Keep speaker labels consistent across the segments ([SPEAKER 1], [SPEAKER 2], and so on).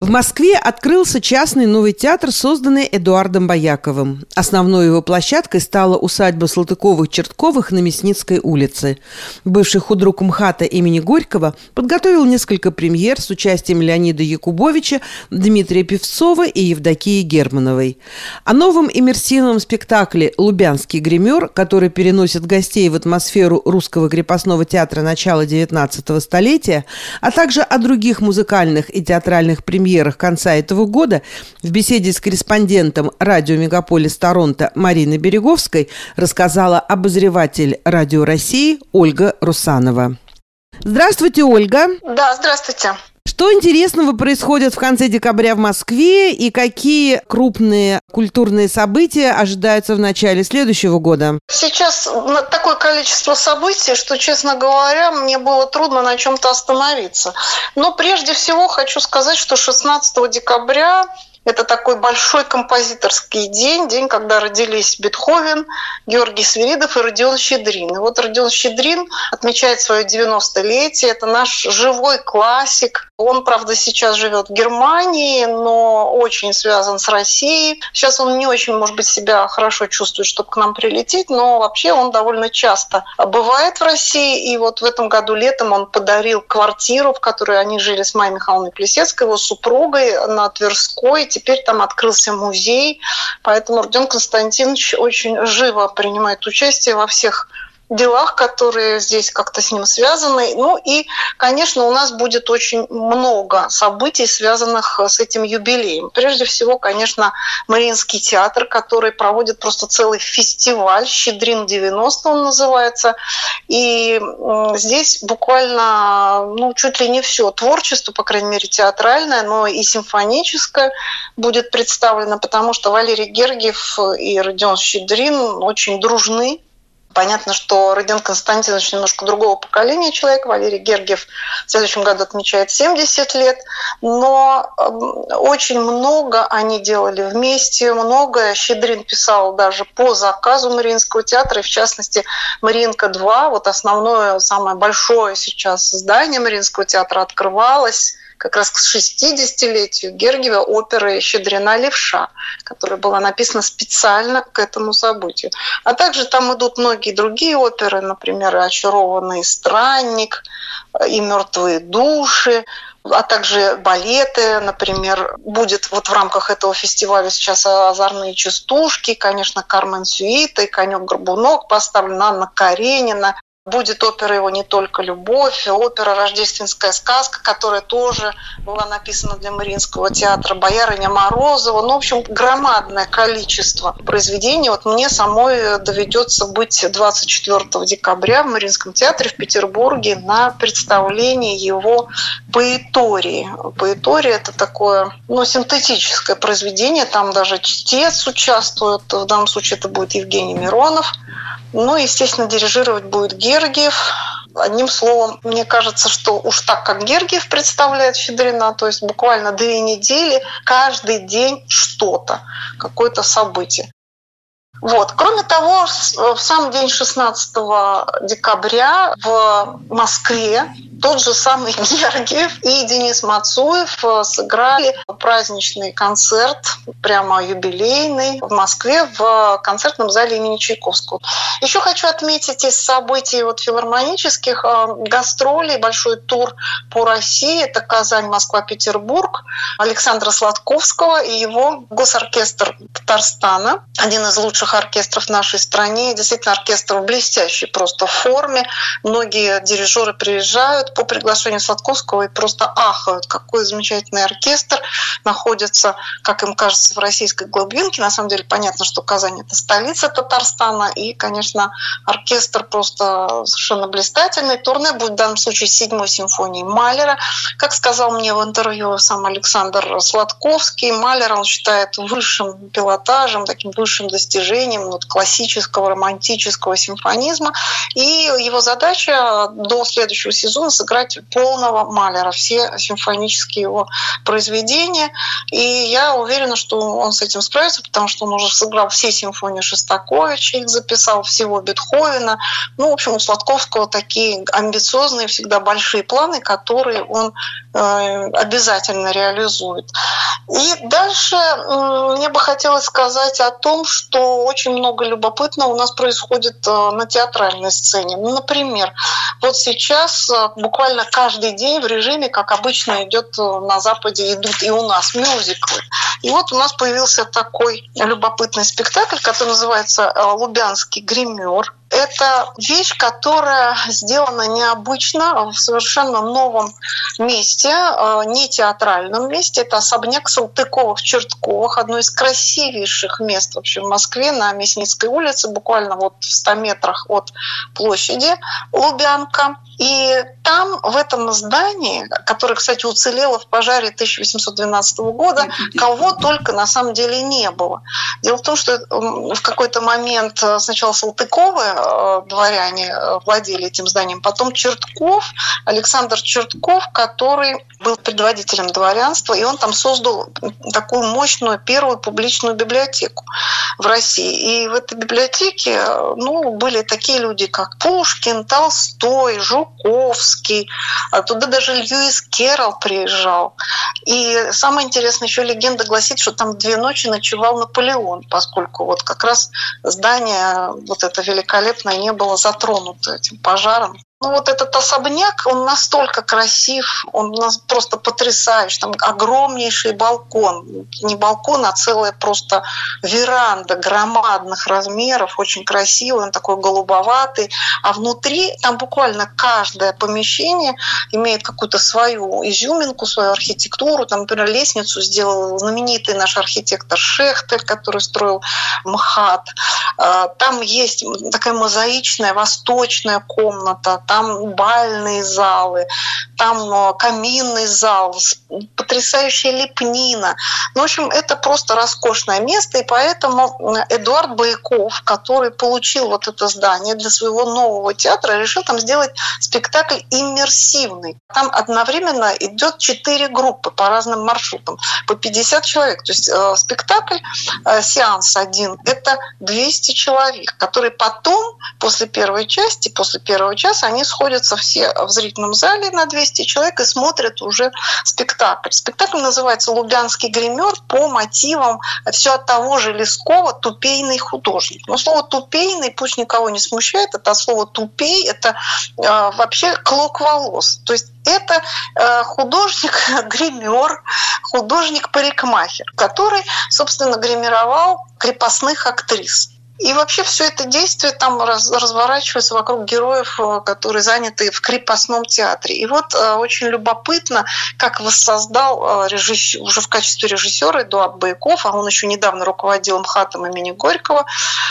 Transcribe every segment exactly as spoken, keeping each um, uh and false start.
[SPEAKER 1] В Москве открылся частный новый театр, созданный Эдуардом Бояковым. Основной его площадкой стала усадьба Салтыковых-Чертковых на Мясницкой улице. Бывший худрук МХАТа имени Горького подготовил несколько премьер с участием Леонида Якубовича, Дмитрия Певцова и Евдокии Германовой. О новом иммерсивном спектакле «Лубянский гример», который переносит гостей в атмосферу русского крепостного театра начала девятнадцатого столетия, а также о других музыкальных и театральных премьерах конца этого года в беседе с корреспондентом радио «Мегаполис Торонто» Мариной Береговской рассказала обозреватель «Радио России» Ольга Русанова. Здравствуйте, Ольга.
[SPEAKER 2] Да, здравствуйте.
[SPEAKER 1] Что интересного происходит в конце декабря в Москве и какие крупные культурные события ожидаются в начале следующего года?
[SPEAKER 2] Сейчас такое количество событий, что, честно говоря, мне было трудно на чем-то остановиться. Но прежде всего хочу сказать, что шестнадцатого декабря это такой большой композиторский день, день, когда родились Бетховен, Георгий Свиридов и Родион Щедрин. И вот Родион Щедрин отмечает свое девяностолетие. Это наш живой классик. Он, правда, сейчас живет в Германии, но очень связан с Россией. Сейчас он не очень, может быть, себя хорошо чувствует, чтобы к нам прилететь, но вообще он довольно часто бывает в России. И вот в этом году летом он подарил квартиру, в которой они жили с Майей Михайловной Плесецкой, его супругой, на Тверской. Теперь там открылся музей, поэтому Родион Константинович очень живо принимает участие во всех делах, которые здесь как-то с ним связаны. Ну и, конечно, у нас будет очень много событий, связанных с этим юбилеем. Прежде всего, конечно, Мариинский театр, который проводит просто целый фестиваль, «Щедрин девяносто» он называется. И здесь буквально, ну, чуть ли не все творчество, по крайней мере, театральное, но и симфоническое будет представлено, потому что Валерий Гергиев и Родион Щедрин очень дружны. Понятно, что Родион Константинович немножко другого поколения человек. Валерий Гергиев в следующем году отмечает семьдесят лет. Но очень много они делали вместе. Многое Щедрин писал даже по заказу Мариинского театра. И в частности, «Мариинка два», вот основное, самое большое сейчас здание Мариинского театра, открывалось как раз к шестидесятилетию Гергиева оперы «Щедрина Левша», которая была написана специально к этому событию. А также там идут многие другие оперы, например, «Очарованный странник» и «Мертвые души», а также балеты, например, будет вот в рамках этого фестиваля сейчас «Озорные частушки», конечно, «Кармен Сюита» и «Конек-горбунок» поставлена, Анна Каренина. Будет опера его «Не только любовь», опера «Рождественская сказка», которая тоже была написана для Мариинского театра, «Боярыня Морозова». Ну, в общем, громадное количество произведений. Вот мне самой доведется быть двадцать четвёртого декабря в Мариинском театре в Петербурге на представлении его поэтории. Поэтория – это такое, ну, синтетическое произведение. Там даже чтец участвует. В данном случае это будет Евгений Миронов. Ну, естественно, дирижировать будет Гергиев. Одним словом, мне кажется, что уж так, как Гергиев представляет Щедрина, то есть буквально две недели, каждый день что-то, какое-то событие. Вот. Кроме того, в сам день шестнадцатого декабря в Москве тот же самый Гергиев и Денис Мацуев сыграли праздничный концерт, прямо юбилейный, в Москве в концертном зале имени Чайковского. Еще хочу отметить из событий вот филармонических гастролей, большой тур по России. Это Казань, Москва, Петербург. Александра Сладковского и его госоркестр Татарстана. Один из лучших оркестров в нашей стране. Действительно, оркестр в блестящей просто форме. Многие дирижеры приезжают по приглашению Сладковского и просто ахают, какой замечательный оркестр находится, как им кажется, в российской глубинке. На самом деле понятно, что Казань — это столица Татарстана, и, конечно, оркестр просто совершенно блистательный. Турне будет в данном случае с седьмой симфонией Малера. Как сказал мне в интервью сам Александр Сладковский, Малер он считает высшим пилотажем, таким высшим достижением направлением вот, классического, романтического симфонизма. И его задача до следующего сезона сыграть полного Малера, все симфонические его произведения. И я уверена, что он с этим справится, потому что он уже сыграл все симфонии Шостаковича, их записал, всего Бетховена. Ну, в общем, у Сладковского такие амбициозные, всегда большие планы, которые он э, обязательно реализует. И дальше э, мне бы хотелось сказать о том, что очень много любопытного у нас происходит э, на театральной сцене. Ну, например, вот сейчас э, буквально каждый день в режиме, как обычно идет э, на Западе, идут и у нас мюзиклы. И вот у нас появился такой любопытный спектакль, который называется «Лубянский гример». Это вещь, которая сделана необычно, в совершенно новом месте, не театральном месте. Это особняк Салтыковых-Чертковых, одно из красивейших мест вообще в Москве, на Мясницкой улице, буквально вот в ста метрах от площади Лубянка. И там, в этом здании, которое, кстати, уцелело в пожаре тысяча восемьсот двенадцатого года, кого только на самом деле не было. Дело в том, что в какой-то момент сначала Салтыковы, дворяне, владели этим зданием, потом Чертков, Александр Чертков, который был предводителем дворянства, и он там создал такую мощную первую публичную библиотеку в России. И в этой библиотеке ну, были такие люди, как Пушкин, Толстой, Жуковский, туда даже Льюис Керролл приезжал. И самое интересное, еще легенда гласит, что там две ночи ночевал Наполеон, поскольку вот как раз здание вот это великолепное не было затронуто этим пожаром. Ну вот этот особняк, он настолько красив, он просто потрясающий. Там огромнейший балкон. Не балкон, а целая просто веранда громадных размеров, очень красивый, он такой голубоватый. А внутри там буквально каждое помещение имеет какую-то свою изюминку, свою архитектуру. Там, например, лестницу сделал знаменитый наш архитектор Шехтель, который строил МХАТ. Там есть такая мозаичная восточная комната, там бальные залы, там каминный зал, потрясающая лепнина. Ну, в общем, это просто роскошное место, и поэтому Эдуард Баяков, который получил вот это здание для своего нового театра, решил там сделать спектакль иммерсивный. Там одновременно идет четыре группы по разным маршрутам, по пятьдесят человек. То есть э, спектакль, э, сеанс один, это двести человек, которые потом, после первой части, после первого часа, они сходятся все в зрительном зале на двести человек и смотрят уже спектакль. Спектакль называется «Лубянский гример» по мотивам все от того же Лескова «Тупейный художник». Но слово «тупейный» пусть никого не смущает. Это слово «тупей» — это э, вообще клок волос. То есть это э, художник-гример, художник-парикмахер, который, собственно, гримировал крепостных актрис. И вообще все это действие там раз, разворачивается вокруг героев, которые заняты в крепостном театре. И вот э, очень любопытно, как воссоздал э, режиссер, уже в качестве режиссера Эдуард Баяков, а он еще недавно руководил МХАТом имени Горького,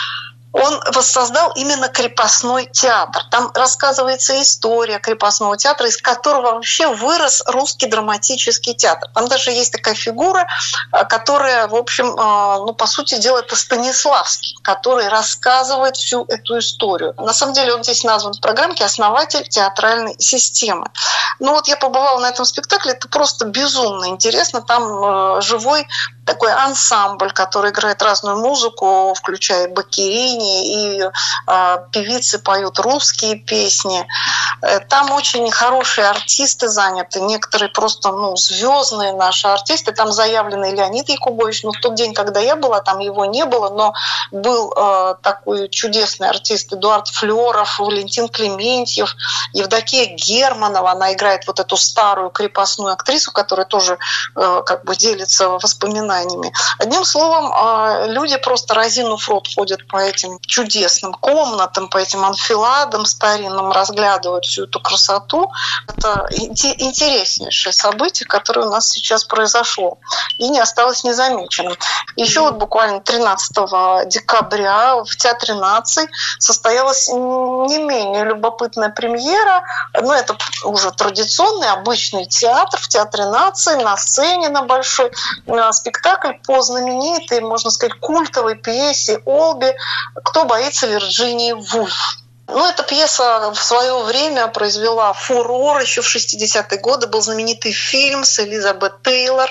[SPEAKER 2] он воссоздал именно крепостной театр. Там рассказывается история крепостного театра, из которого вообще вырос русский драматический театр. Там даже есть такая фигура, которая, в общем, ну, по сути дела, это Станиславский, который рассказывает всю эту историю. На самом деле он здесь назван в программке «Основатель театральной системы». Ну вот я побывала на этом спектакле, это просто безумно интересно. Там живой такой ансамбль, который играет разную музыку, включая бакерини, и э, певицы поют русские песни. Там очень хорошие артисты заняты, некоторые просто ну, звездные наши артисты. Там заявленный Леонид Якубович, но в тот день, когда я была, там его не было, но был э, такой чудесный артист Эдуард Флёров, Валентин Клементьев, Евдокия Германова, она играет вот эту старую крепостную актрису, которая тоже э, как бы делится воспоминаниями. Одним словом, люди просто разинув рот ходят по этим чудесным комнатам, по этим анфиладам старинным, разглядывают всю эту красоту. Это интереснейшее событие, которое у нас сейчас произошло и не осталось незамеченным. Еще вот буквально тринадцатого декабря в Театре наций состоялась не менее любопытная премьера. Ну, это уже традиционный, обычный театр в Театре наций, на сцене на большой спектакль спектакль по знаменитой, можно сказать, культовой пьесе Олби «Кто боится Вирджинии Вульф». Ну, эта пьеса в свое время произвела фурор. Еще в шестидесятые годы был знаменитый фильм с Элизабет Тейлор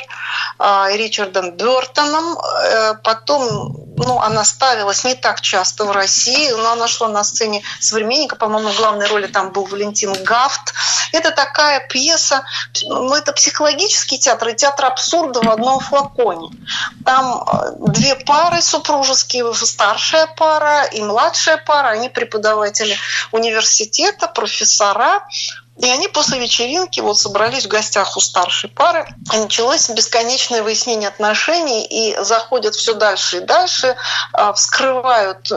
[SPEAKER 2] и Ричардом Бёртоном. Потом ну, она ставилась не так часто в России, но она шла на сцене «Современника». По-моему, в главной роли там был Валентин Гафт. Это такая пьеса, ну, это психологический театр и театр абсурда в одном флаконе. Там две пары супружеские, старшая пара и младшая пара, они преподаватели университета, профессора. И они после вечеринки вот собрались в гостях у старшей пары. И началось бесконечное выяснение отношений. И заходят все дальше и дальше, вскрывают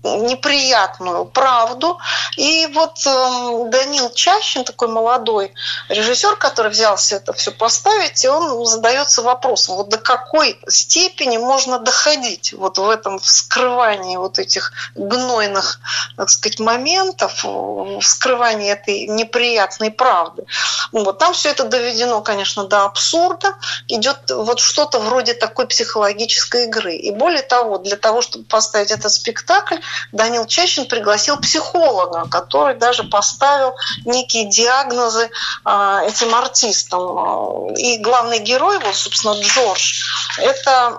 [SPEAKER 2] неприятную правду. И вот э, Данил Чащин, такой молодой режиссер, который взялся это все поставить, и он задается вопросом, вот до какой степени можно доходить вот в этом вскрывании вот этих гнойных, так сказать, моментов, вскрывании этой неприятной правды. Вот. Там все это доведено, конечно, до абсурда. Идет вот что-то вроде такой психологической игры. И более того, для того, чтобы поставить этот спектакль, Данил Чащин пригласил психолога, который даже поставил некие диагнозы э, этим артистам. И главный герой, вот, собственно, Джордж, это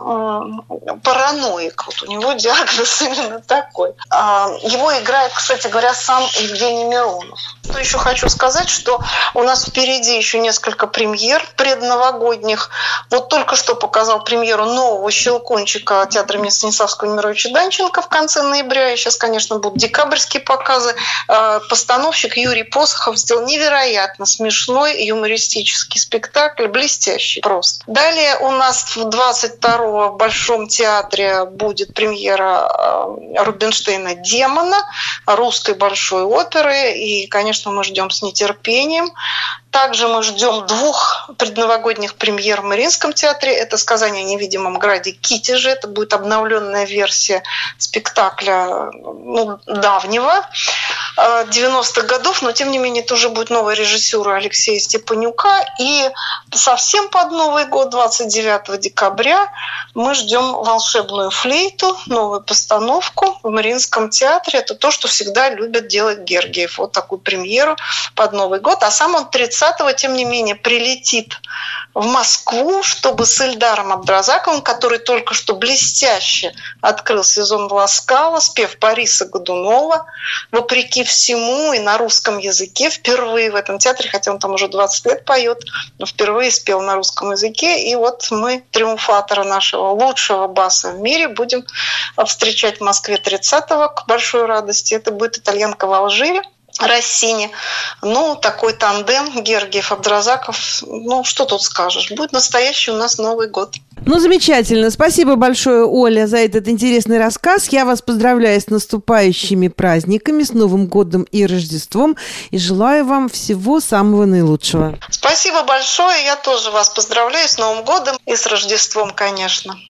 [SPEAKER 2] э, параноик. Вот у него диагноз именно такой. Э, его играет, кстати говоря, сам Евгений Миронов. Что еще хочу сказать, что у нас впереди еще несколько премьер предновогодних. Вот только что показал премьеру нового «Щелкунчика» театра имени Станиславского Немировича Данченко в конце ноября. И сейчас, конечно, будут декабрьские показы. Постановщик Юрий Посохов сделал невероятно смешной юмористический спектакль, блестящий просто. Далее у нас двадцать второго в Большом театре будет премьера Рубинштейна «Демона», русской большой оперы. И, конечно, мы ждем с нетерпением. Также мы ждем двух предновогодних премьер в Мариинском театре. Это «Сказание о невидимом граде Китеже». Это будет обновленная версия спектакля ну, давнего, девяностых годов, но тем не менее тоже будет новая режиссура Алексея Степанюка. И совсем под Новый год, двадцать девятого декабря, мы ждем «Волшебную флейту», новую постановку в Мариинском театре. Это то, что всегда любит делать Гергиев. Вот такую премьеру под Новый год. А сам он тридцатого, тем не менее, прилетит в Москву, чтобы с Эльдаром Абдразаковым, который только что блестяще открыл сезон «Ласкала», спев Бориса Годунова, вопреки всему и на русском языке, впервые в этом театре, хотя он там уже двадцать лет поет, но впервые спел на русском языке. И вот мы триумфатора нашего лучшего баса в мире будем встречать в Москве тридцатого к большой радости. Это будет «Итальянка в Алжире» Россини. Ну, такой тандем Гергиев-Абдразаков. Ну, что тут скажешь? Будет настоящий у нас Новый год.
[SPEAKER 1] Ну, замечательно. Спасибо большое, Оля, за этот интересный рассказ. Я вас поздравляю с наступающими праздниками, с Новым годом и Рождеством. И желаю вам всего самого наилучшего.
[SPEAKER 2] Спасибо большое. Я тоже вас поздравляю с Новым годом и с Рождеством, конечно.